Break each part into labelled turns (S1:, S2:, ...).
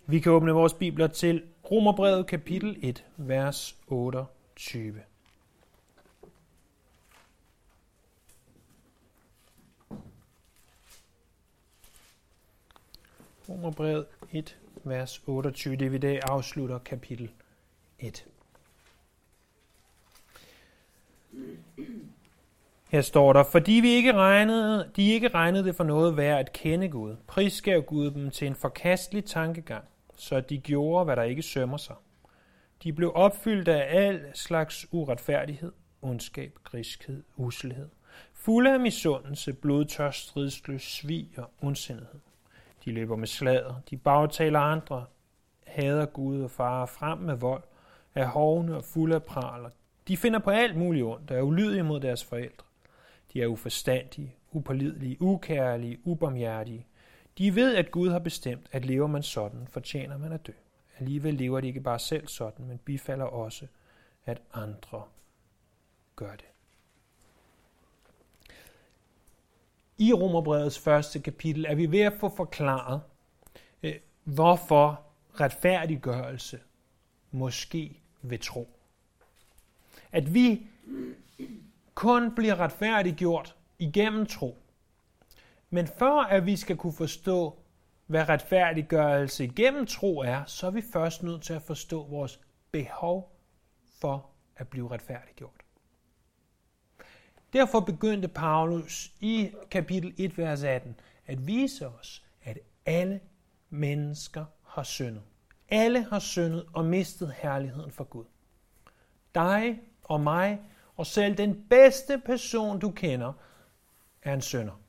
S1: Vi kan åbne vores bibler til Romerbrevet kapitel 1, vers 28. Romerbrevet 1, vers 28, det vi i dag afslutter kapitel 1. Her står der, fordi de ikke regnede det for noget værd at kende Gud, prisgav Gud dem til en forkastelig tankegang, så de gjorde, hvad der ikke sømmer sig. De blev opfyldt af al slags uretfærdighed, ondskab, griskhed, usselhed, fulde af misundelse, blodtørst, stridsløs, svig og ondsindighed. De løber med sladder, de bagtaler andre, hader Gud og farer frem med vold, er hovne og fulde af praler. De finder på alt muligt ondt, er ulydige mod deres forældre. De er uforstandige, upålidelige, ukærlige, ubarmhjertige. De ved, at Gud har bestemt, at lever man sådan, fortjener man at dø. Alligevel lever de ikke bare selv sådan, men bifalder også, at andre gør det. I Romerbrevets første kapitel er vi ved at få forklaret, hvorfor retfærdiggørelse måske ved tro. At vi kun bliver retfærdiggjort igennem tro. Men for at vi skal kunne forstå, hvad retfærdiggørelse igennem tro er, så er vi først nødt til at forstå vores behov for at blive retfærdiggjort. Derfor begyndte Paulus i kapitel 1, vers 18 at vise os, at alle mennesker har syndet. Alle har syndet og mistet herligheden for Gud. Dig og mig og selv den bedste person, du kender, er en synder.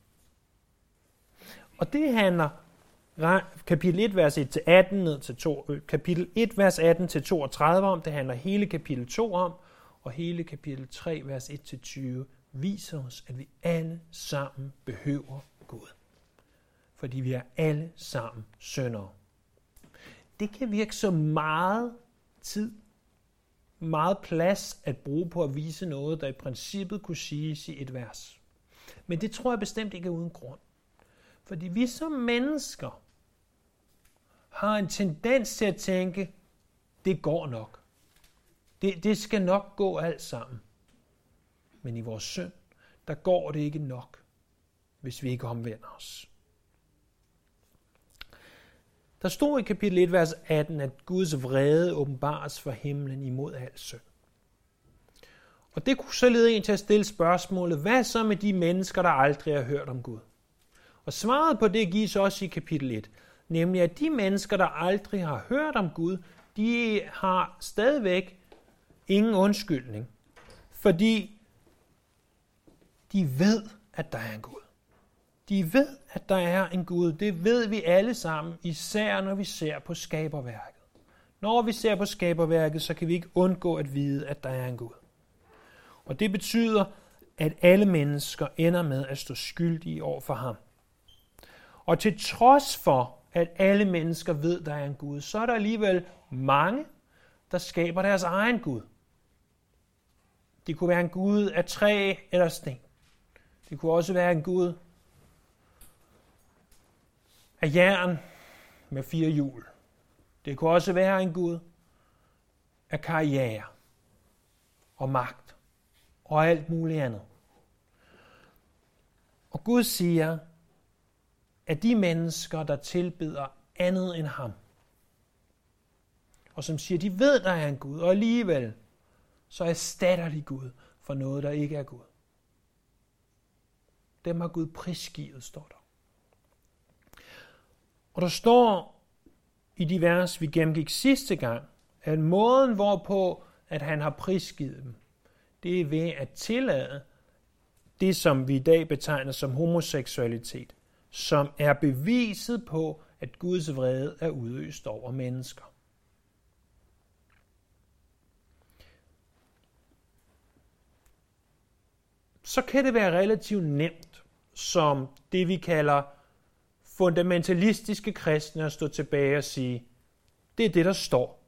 S1: Og det handler kapitel 1, vers 1-18 ned til kapitel 1, vers 18-32 om. Det handler hele kapitel 2 om, og hele kapitel 3, vers 1-20 viser os, at vi alle sammen behøver Gud. Fordi vi er alle sammen syndere. Det kan virke så meget tid, meget plads at bruge på at vise noget, der i princippet kunne siges i et vers. Men det tror jeg bestemt ikke er uden grund. Fordi vi som mennesker har en tendens til at tænke, det går nok. Det skal nok gå alt sammen. Men i vores synd, der går det ikke nok, hvis vi ikke omvender os. Der stod i kapitel 1, vers 18, at Guds vrede åbenbares for himlen imod al synd. Og det kunne så lede en til at stille spørgsmålet, hvad så med de mennesker, der aldrig har hørt om Gud? Og svaret på det gives også i kapitel 1, nemlig at de mennesker, der aldrig har hørt om Gud, de har stadigvæk ingen undskyldning, fordi de ved, at der er en Gud. De ved, at der er en Gud. Det ved vi alle sammen, især når vi ser på skaberværket. Når vi ser på skaberværket, så kan vi ikke undgå at vide, at der er en Gud. Og det betyder, at alle mennesker ender med at stå skyldige over for ham. Og til trods for, at alle mennesker ved, at der er en Gud, så er der alligevel mange, der skaber deres egen Gud. Det kunne være en Gud af træ eller sten. Det kunne også være en Gud af jern med 4 hjul. Det kunne også være en Gud af karriere og magt og alt muligt andet. Og Gud siger, at de mennesker, der tilbeder andet end ham, og som siger, de ved, der er en Gud, og alligevel så erstatter de Gud for noget, der ikke er Gud. Dem har Gud prisgivet, står der. Og der står i de vers, vi gennemgik sidste gang, at måden, hvorpå at han har prisgivet dem, det er ved at tillade det, som vi i dag betegner som homoseksualitet, som er beviset på, at Guds vrede er udøst over mennesker. Så kan det være relativt nemt, som det vi kalder fundamentalistiske kristne, at stå tilbage og sige, det er det, der står.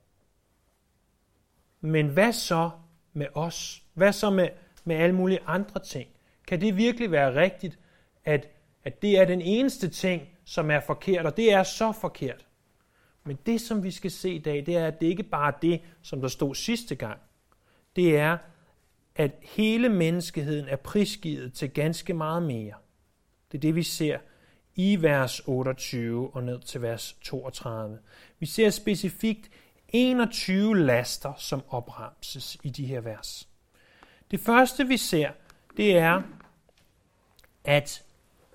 S1: Men hvad så med os? Hvad så med alle mulige andre ting? Kan det virkelig være rigtigt, at det er den eneste ting, som er forkert, og det er så forkert? Men det, som vi skal se i dag, det er, at det ikke bare er det, som der stod sidste gang. Det er, at hele menneskeheden er prisgivet til ganske meget mere. Det er det, vi ser i vers 28 og ned til vers 32. Vi ser specifikt 21 laster, som opremses i de her vers. Det første, vi ser, det er, at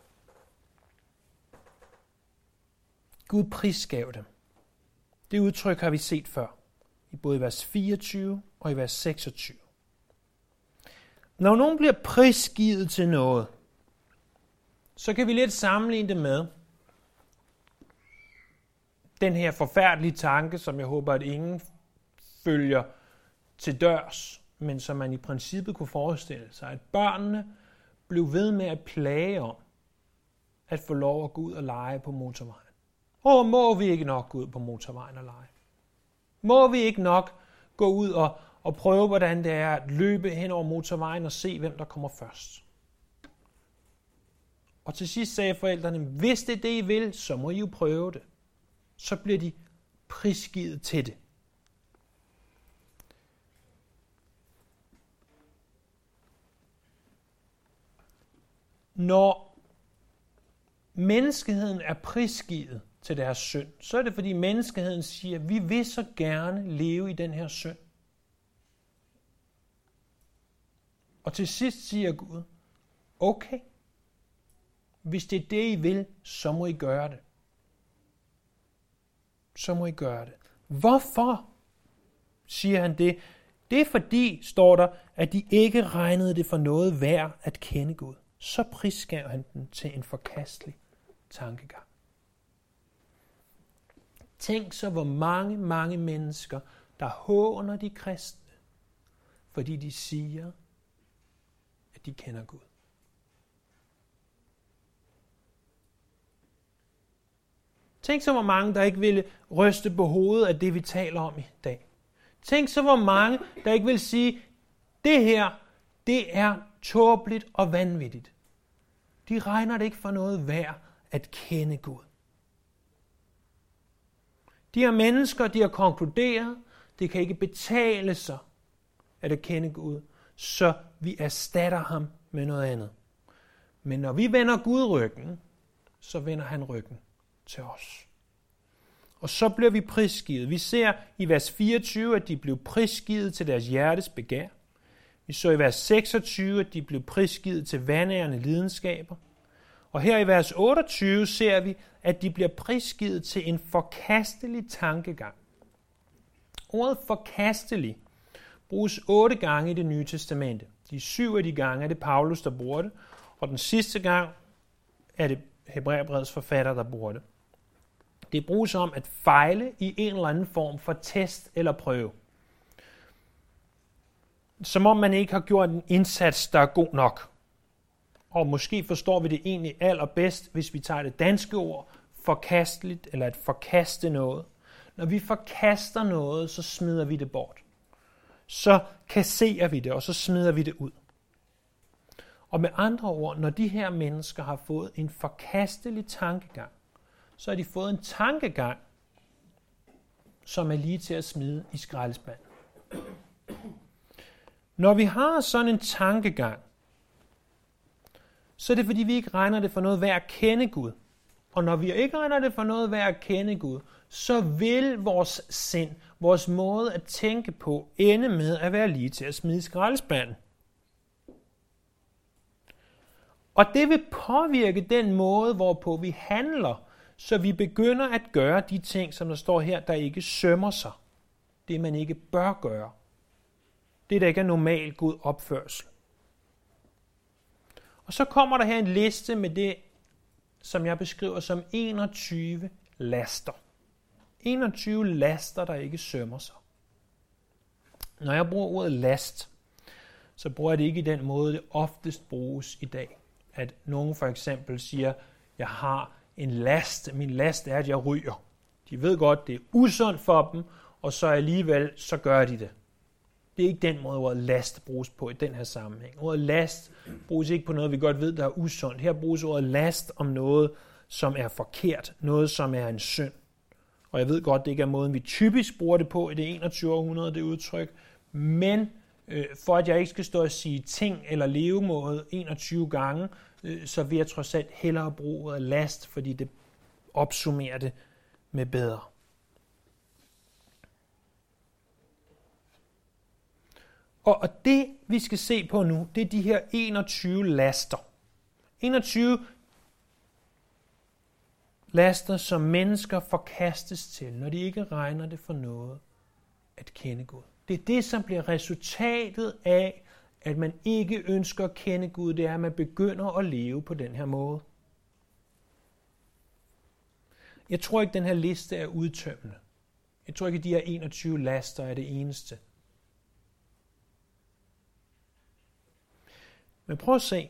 S1: Gud prisgav dem. Det udtryk har vi set før, i både vers 24 og i vers 26. Når nogen bliver prisgivet til noget, så kan vi lidt sammenligne det med den her forfærdelige tanke, som jeg håber, at ingen følger til dørs, men som man i princippet kunne forestille sig, at børnene blev ved med at plage om at få lov at gå ud og lege på motorvejen. Må vi ikke nok gå ud på motorvejen og lege? Må vi ikke nok gå ud og prøve, hvordan det er at løbe hen over motorvejen og se, hvem der kommer først? Og til sidst sagde forældrene, hvis det er det, I vil, så må I jo prøve det. Så bliver de prisgivet til det. Når menneskeheden er prisgivet til deres synd, så er det fordi menneskeheden siger, vi vil så gerne leve i den her synd. Og til sidst siger Gud, okay, hvis det er det, I vil, så må I gøre det. Så må I gøre det. Hvorfor siger han det? Det er fordi, står der, at de ikke regnede det for noget værd at kende Gud. Så prisgav han den til en forkastelig tankegang. Tænk så, hvor mange mennesker, der håner de kristne, fordi de siger, at de kender Gud. Tænk så, hvor mange, der ikke ville ryste på hovedet af det, vi taler om i dag. Tænk så, hvor mange, der ikke vil sige, det her, det er tåbeligt og vanvittigt. De regner det ikke for noget værd at kende Gud. De her mennesker, de har konkluderet, det kan ikke betale sig at kende Gud, så vi erstatter ham med noget andet. Men når vi vender Gud ryggen, så vender han ryggen til os. Og så bliver vi prisgivet. Vi ser i vers 24, at de blev prisgivet til deres hjertes begær. Vi så i vers 26, at de blev prisgivet til vanærende lidenskaber. Og her i vers 28 ser vi, at de bliver prisgivet til en forkastelig tankegang. Ordet forkastelig bruges 8 gange i Det Nye Testamente. De 7 af de gange er det Paulus, der bruger det, og den sidste gang er det Hebræerbrevets forfatter, der bruger det. Det bruges om at fejle i en eller anden form for test eller prøve. Som om man ikke har gjort en indsats, der er god nok. Og måske forstår vi det egentlig allerbedst, hvis vi tager det danske ord, forkasteligt, eller at forkaste noget. Når vi forkaster noget, så smider vi det bort. Så kasserer vi det, og så smider vi det ud. Og med andre ord, når de her mennesker har fået en forkastelig tankegang, så har de fået en tankegang, som er lige til at smide i skraldespanden. Når vi har sådan en tankegang, så er det fordi, vi ikke regner det for noget værd at kende Gud. Og når vi ikke regner det for noget værd at kende Gud, så vil vores sind, vores måde at tænke på, ende med at være lige til at smide i skraldespanden. Og det vil påvirke den måde, hvorpå vi handler, så vi begynder at gøre de ting, som der står her, der ikke sømmer sig. Det, man ikke bør gøre. Det, der ikke er normal god opførsel. Og så kommer der her en liste med det, som jeg beskriver som 21 laster. 21 laster, der ikke sømmer sig. Når jeg bruger ordet last, så bruger jeg det ikke i den måde, det oftest bruges i dag. At nogen for eksempel siger, jeg har en last. Min last er, at jeg ryger. De ved godt, det er usundt for dem, og så alligevel, så gør de det. Det er ikke den måde, ordet last bruges på i den her sammenhæng. Ordet last bruges ikke på noget, vi godt ved, der er usundt. Her bruges ordet last om noget, som er forkert. Noget, som er en synd. Og jeg ved godt, det ikke er måden, vi typisk bruger det på i det 21. århundrede, det udtryk. Men for at jeg ikke skal stå og sige ting eller levemåde 21 gange, så vil jeg trods alt hellere bruge ordet last, fordi det opsummerer det med bedre. Og det, vi skal se på nu, det er de her 21 laster. 21 laster, som mennesker forkastes til, når de ikke regner det for noget at kende Gud. Det er det, som bliver resultatet af, at man ikke ønsker at kende Gud. Det er, at man begynder at leve på den her måde. Jeg tror ikke, den her liste er udtømmende. Jeg tror ikke, at de her 21 laster er det eneste. Men prøv at se,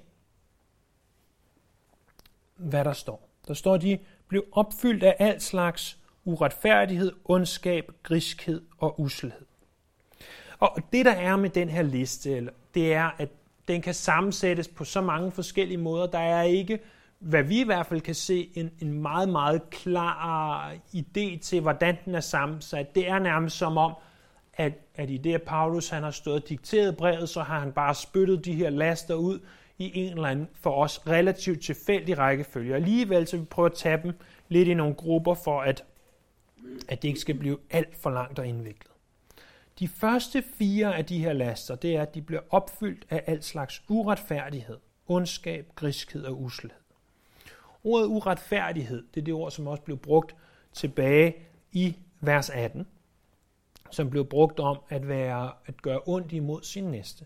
S1: hvad der står. Der står, at de blev opfyldt af alt slags uretfærdighed, ondskab, griskhed og usselhed. Og det, der er med den her liste, det er, at den kan sammensættes på så mange forskellige måder. Der er ikke, hvad vi i hvert fald kan se, en meget, meget klar idé til, hvordan den er sammensat. Det er nærmest som om, at i det, at Paulus han har stået og dikteret brevet, så har han bare spyttet de her laster ud i en eller anden for os relativt tilfældig rækkefølge. Alligevel så vi prøver at tage dem lidt i nogle grupper, for at det ikke skal blive alt for langt og indviklet. De første 4 af de her laster, det er, at de bliver opfyldt af alt slags uretfærdighed, ondskab, griskhed og usselhed. Ordet uretfærdighed, det er det ord, som også blev brugt tilbage i vers 18, som blev brugt om at gøre ondt imod sin næste.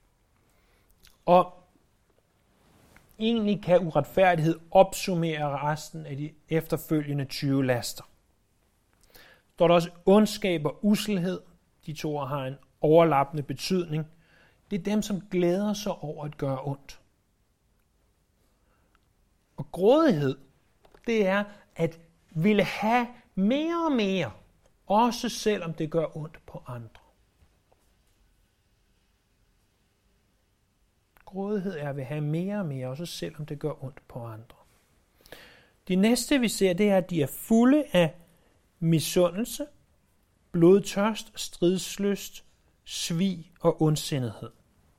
S1: Og egentlig kan uretfærdighed opsummere resten af de efterfølgende 20 laster. Der er også ondskab og usselhed. De to har en overlappende betydning. Det er dem, som glæder sig over at gøre ondt. Og grådighed, det er at ville have mere og mere, også selvom det gør ondt på andre. Grådighed er at vil have mere og mere, også selvom det gør ondt på andre. De næste, vi ser, det er, at de er fulde af misundelse, blodtørst, stridslyst, svig og ondsindighed.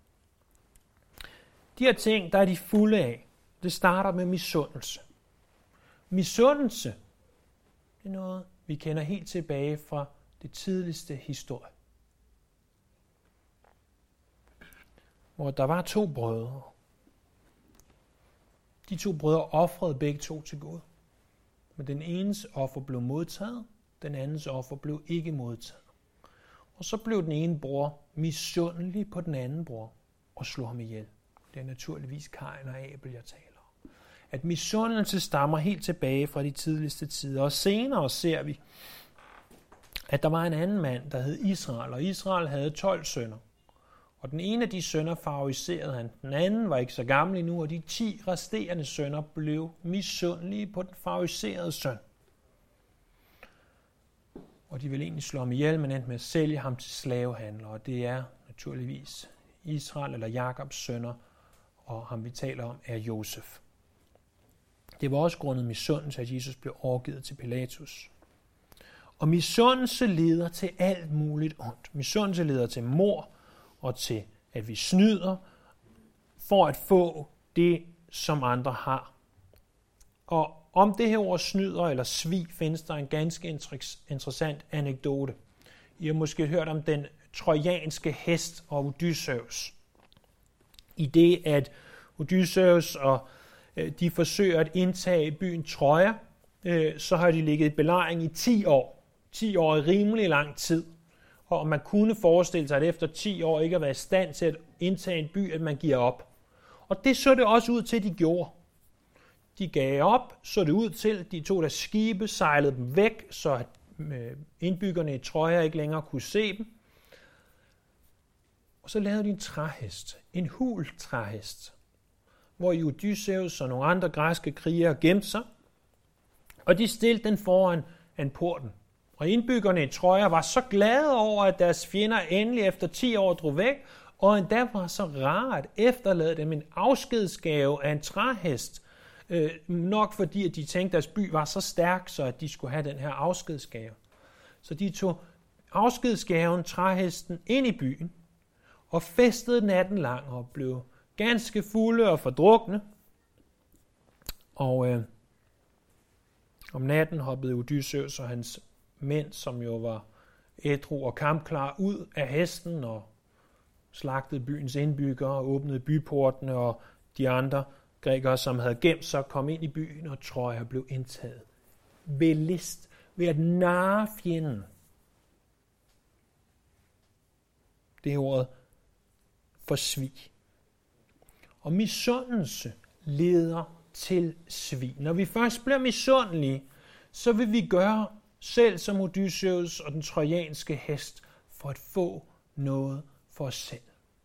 S1: De her ting, der er de fulde af. Det starter med misundelse. Misundelse, det er noget, vi kender helt tilbage fra det tidligste historie. Hvor der var 2 brødre. De 2 brødre ofrede begge 2 til Gud. Men den enes offer blev modtaget, den andens offer blev ikke modtaget. Og så blev den ene bror misundelig på den anden bror og slog ham ihjel. Det er naturligvis Kain og Abel, jeg taler om. At misundelse stammer helt tilbage fra de tidligste tider. Og senere ser vi, at der var en anden mand, der hed Israel, og Israel havde 12 sønner. Og den ene af de sønner favoriserede han. Den anden var ikke så gammel endnu, og de 10 resterende sønner blev misundelige på den favoriserede søn. Og de ville egentlig slå ham ihjel, men endte med at sælge ham til slavehandlere. Og det er naturligvis Israel eller Jakobs sønner, og ham vi taler om er Josef. Det var også grundet misundelse, at Jesus blev overgivet til Pilatus. Og misundelse leder til alt muligt ondt. Misundelse leder til mord og til, at vi snyder for at få det, som andre har. Og om det her ord snyder eller svig, findes der en ganske interessant anekdote. I har måske hørt om den trojanske hest og Odysseus. I det, at Odysseus og de forsøger at indtage byen Troja, så har de ligget i belejring i 10 år. 10 år er rimelig lang tid. Og man kunne forestille sig, at efter 10 år ikke at være i stand til at indtage en by, at man giver op. Og det så det også ud til, at de gjorde. De gav op, så det ud til, de tog deres skibe, sejlede dem væk, så indbyggerne i Troja ikke længere kunne se dem. Og så lavede de en træhest, en hul træhest, hvor Odysseus og nogle andre græske krigere gemte sig, og de stillede den foran en porten. Og indbyggerne i Troja var så glade over, at deres fjender endelig efter 10 år drog væk, og endda var så rart at efterlade dem en afskedsgave af en træhest, Nok fordi, at de tænkte, at deres by var så stærk, så at de skulle have den her afskedsgave. Så de tog afskedsgaven, træhesten, ind i byen og festede natten lang og blev ganske fulde og fordrukne. Og om natten hoppede Odysseus og hans mænd, som jo var ædru og kampklar, ud af hesten og slagtede byens indbyggere og åbnede byportene, og de andre grækere, som havde gemt sig, kom ind i byen, og Troja blev indtaget. Ved list, ved at narre fjenden. Det er ordet for svig. Og misundelse leder til svig. Når vi først bliver misundelige, så vil vi gøre selv som Odysseus og den trojanske hest for at få noget for os selv.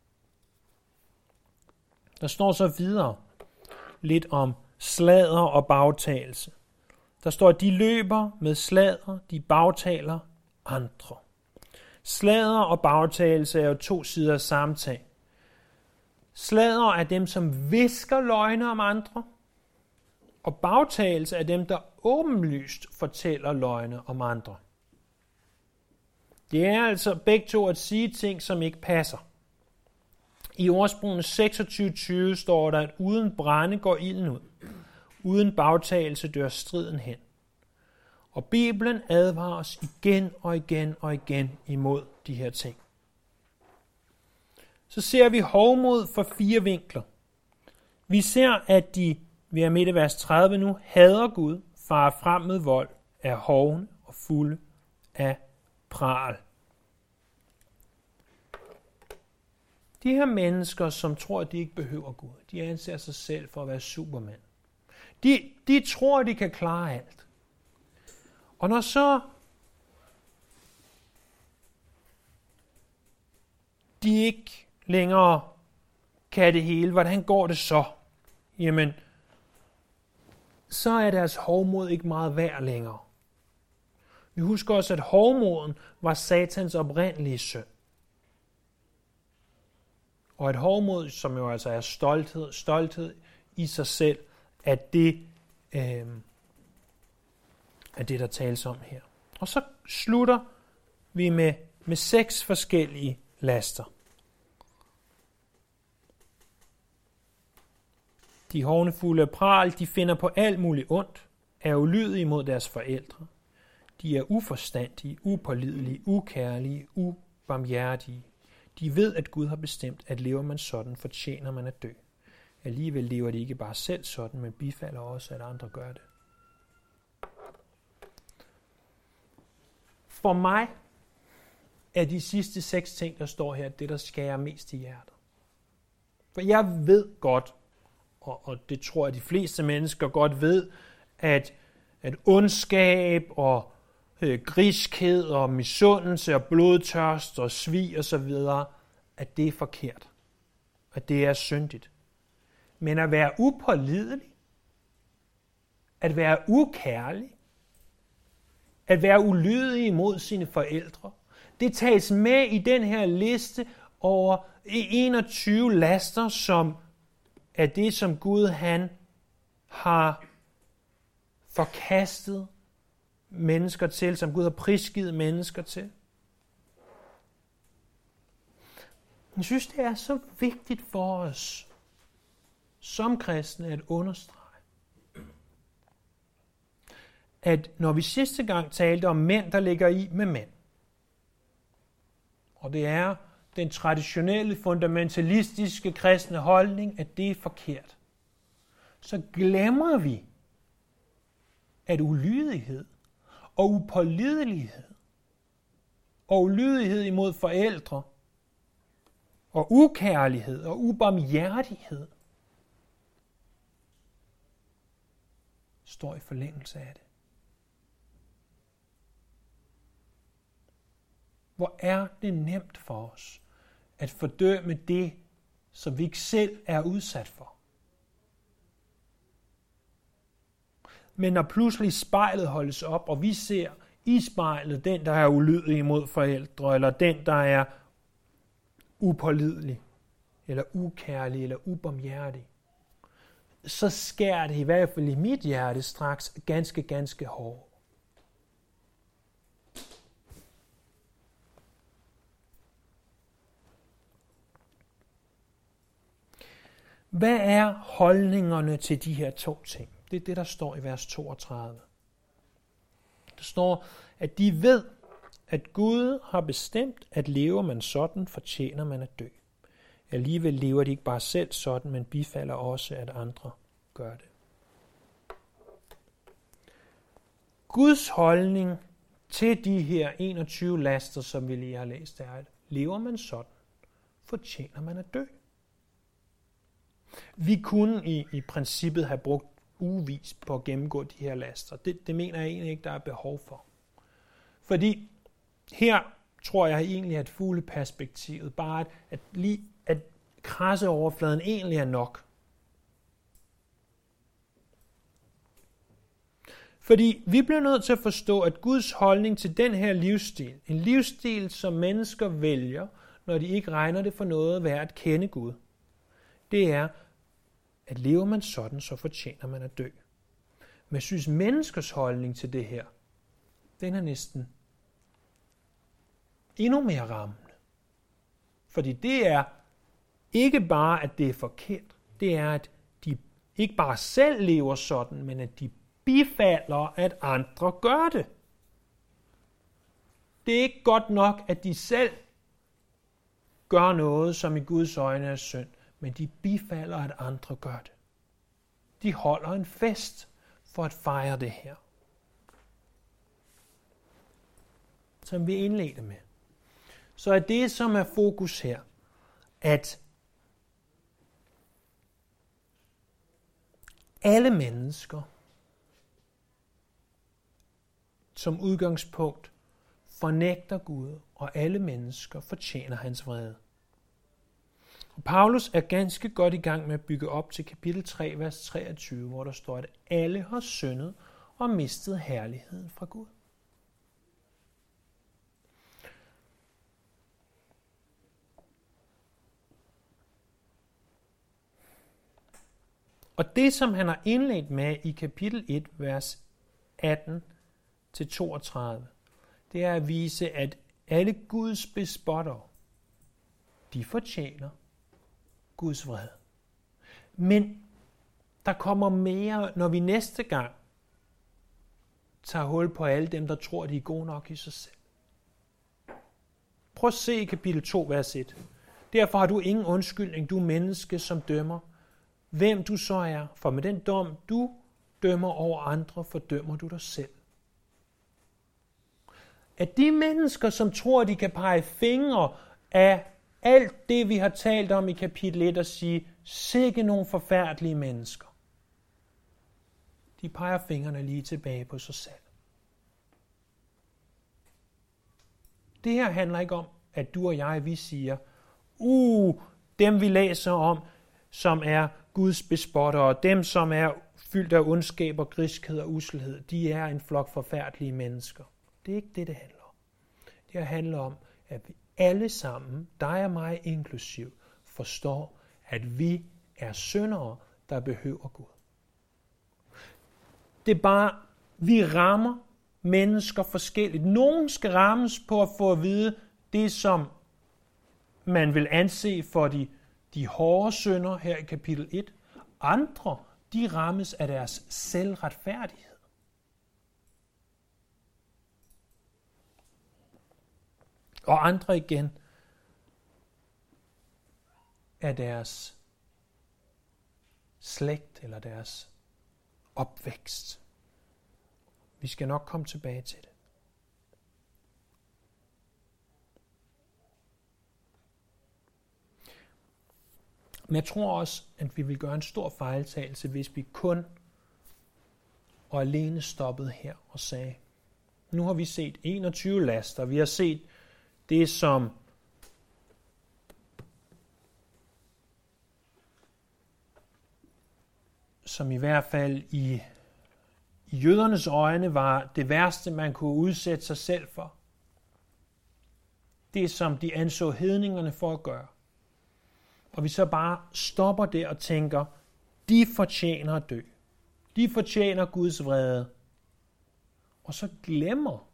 S1: Der står så videre lidt om sladder og bagtagelse. Der står, at de løber med sladder, de bagtaler andre. Sladder og bagtagelse er jo to sider af samme sag. Sladder er dem, som hvisker løgne om andre, og bagtagelse er dem, der åbenlyst fortæller løgne om andre. Det er altså begge to at sige ting, som ikke passer. I ordsprogene 26:20 står der, at uden brænde går ilden ud. Uden bagtagelse dør striden hen. Og Bibelen advarer os igen og igen og igen imod de her ting. Så ser vi hovmod fra 4 vinkler. Vi ser, at de, vi er midt i vers 30 nu, hader Gud, farer frem med vold, er hovne og fulde af pral. De her mennesker, som tror, at de ikke behøver Gud, de anser sig selv for at være supermænd. De tror, at de kan klare alt. Og når så de ikke længere kan det hele, hvordan går det så? Jamen, så er deres hovmod ikke meget værd længere. Vi husker også, at hovmoden var Satans oprindelige synd. Og et hovmod, som jo altså er stolthed i sig selv, er det, der tales om her. Og så slutter vi med 6 forskellige laster. De hovnefulde af pral, de finder på alt muligt ondt, er ulydige mod deres forældre. De er uforstandige, upålidelige, ukærlige, ubarmhjertige. De ved, at Gud har bestemt, at lever man sådan, fortjener man at dø. Alligevel lever de ikke bare selv sådan, men bifalder også, at andre gør det. For mig er de sidste 6 ting, der står her, det, der skærer mest i hjertet. For jeg ved godt, og det tror jeg, de fleste mennesker godt ved, at ondskab og griskhed og misundelse og blodtørst og svig og så videre, at det er forkert. At det er syndigt. Men at være upålidelig, at være ukærlig, at være ulydig imod sine forældre, det tages med i den her liste over 21 laster, som er det, som Gud han har forkastet mennesker til, som Gud har prisgivet mennesker til. Jeg synes, det er så vigtigt for os som kristne at understrege, at når vi sidste gang talte om mænd, der ligger i med mænd, og det er den traditionelle, fundamentalistiske kristne holdning, at det er forkert, så glemmer vi, at ulydighed og upålidelighed og ulydighed imod forældre og ukærlighed og ubarmhjertighed står i forlængelse af det. Hvor er det nemt for os at fordømme det, som vi ikke selv er udsat for. Men når pludselig spejlet holdes op, og vi ser i spejlet den, der er ulydig imod forældre, eller den, der er upålidelig, eller ukærlig, eller ubarmhjertig, så skærer det i hvert fald i mit hjerte straks ganske hårdt. Hvad er holdningerne til de her to ting? Det er det, der står i vers 32. Der står, at de ved, at Gud har bestemt, at lever man sådan, fortjener man at dø. Alligevel lever de ikke bare selv sådan, men bifalder også, at andre gør det. Guds holdning til de her 21 laster, som vi lige har læst, er, at lever man sådan, fortjener man at dø. Vi kunne i princippet have brugt ugevis på at gennemgå de her laster. Det mener jeg egentlig ikke, der er behov for. Fordi her tror jeg egentlig, at fugleperspektivet, bare at krasse overfladen egentlig er nok. Fordi vi bliver nødt til at forstå, at Guds holdning til den her livsstil, en livsstil, som mennesker vælger, når de ikke regner det for noget værd at kende Gud, det er, at lever man sådan, så fortjener man at dø. Men jeg synes, menneskers holdning til det her, den er næsten endnu mere rammende. Fordi det er ikke bare, at det er forkert. Det er, at de ikke bare selv lever sådan, men at de bifalder, at andre gør det. Det er ikke godt nok, at de selv gør noget, som i Guds øjne er synd, men de bifalder, at andre gør det. De holder en fest for at fejre det her. Som vi indledte med. Så er det, som er fokus her, at alle mennesker som udgangspunkt fornægter Gud, og alle mennesker fortjener hans vrede. Og Paulus er ganske godt i gang med at bygge op til kapitel 3, vers 23, hvor der står, at alle har syndet og mistet herligheden fra Gud. Og det, som han har indledt med i kapitel 1, vers 18-32, det er at vise, at alle Guds bespottere, de fortjener Guds vrede. Men der kommer mere, når vi næste gang tager hul på alle dem, der tror, de er gode nok i sig selv. Prøv at se i kapitel 2, vers 1. Derfor har du ingen undskyldning, du menneske, som dømmer, hvem du så er, for med den dom, du dømmer over andre, fordømmer du dig selv. At de mennesker, som tror, de kan pege fingre af alt det, vi har talt om i kapitel 1, og sige, sikke nogle forfærdelige mennesker. De peger fingrene lige tilbage på sig selv. Det her handler ikke om, at du og jeg, vi siger, dem vi læser om, som er Guds bespottere, dem som er fyldt af ondskab og griskhed og uselhed, de er en flok forfærdelige mennesker. Det er ikke det, det handler om. Det handler om, at vi alle sammen, dig og mig inklusiv, forstår, at vi er syndere, der behøver Gud. Det er bare, vi rammer mennesker forskelligt. Nogen skal rammes på at få at vide det, som man vil anse for de hårde synder her i kapitel 1. Andre, de rammes af deres selvretfærdighed. Og andre igen af deres slægt eller deres opvækst. Vi skal nok komme tilbage til det. Men jeg tror også, at vi vil gøre en stor fejltagelse, hvis vi kun og alene stoppede her og sagde, nu har vi set 21 laster, vi har set det, som i hvert fald i jødernes øjne var det værste, man kunne udsætte sig selv for. Det, som de anså hedningerne for at gøre. Og vi så bare stopper der og tænker, de fortjener at dø. De fortjener Guds vrede. Og så glemmer,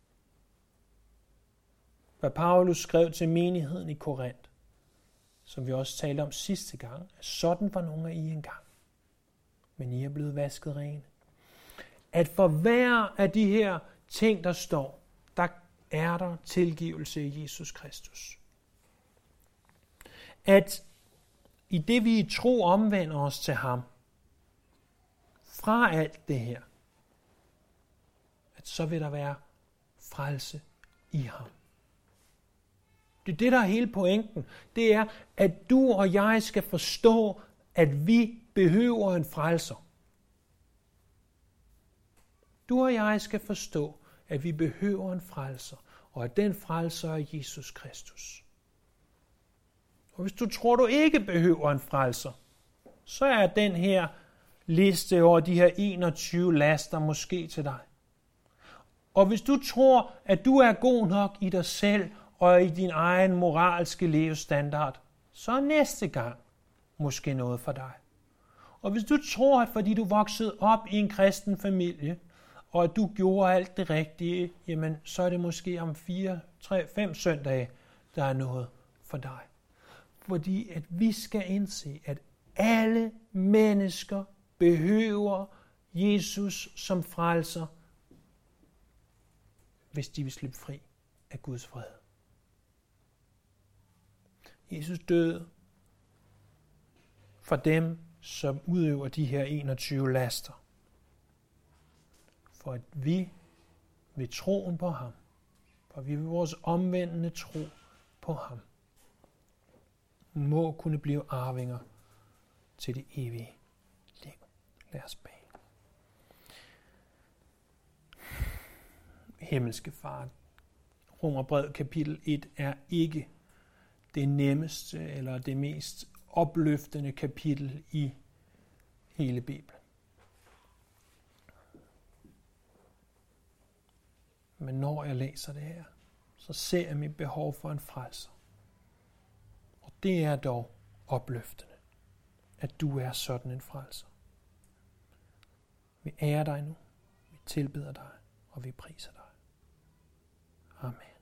S1: hvad Paulus skrev til menigheden i Korinth, som vi også talte om sidste gang, at sådan var nogle af I engang. Men I er blevet vasket rene. At for hver af de her ting, der står, der er der tilgivelse i Jesus Kristus. At i det vi i tro omvender os til ham, fra alt det her, at så vil der være frelse i ham. Det er det, der er hele pointen. Det er, at du og jeg skal forstå, at vi behøver en frelser. Du og jeg skal forstå, at vi behøver en frelser, og at den frelser er Jesus Kristus. Og hvis du tror, du ikke behøver en frelser, så er den her liste over de her 21 laster måske til dig. Og hvis du tror, at du er god nok i dig selv og i din egen moralske levestandard, så er næste gang måske noget for dig. Og hvis du tror, at fordi du voksede op i en kristen familie, og at du gjorde alt det rigtige, jamen så er det måske om 4, 3, 5 søndage, der er noget for dig. Fordi at vi skal indse, at alle mennesker behøver Jesus som frelser, hvis de vil slippe fri af Guds vrede. Jesus døde for dem, som udøver de her 21 laster. For at vi ved troen på ham, for vi ved vores omvendende tro på ham, må kunne blive arvinger til det evige liv. Lad os bede. Himmelske Far, Romerbrevet kapitel 1 er ikke det nemmeste eller det mest opløftende kapitel i hele Bibelen. Men når jeg læser det her, så ser jeg mit behov for en frelser. Og det er dog opløftende, at du er sådan en frelser. Vi ærer dig nu, vi tilbeder dig, og vi priser dig. Amen.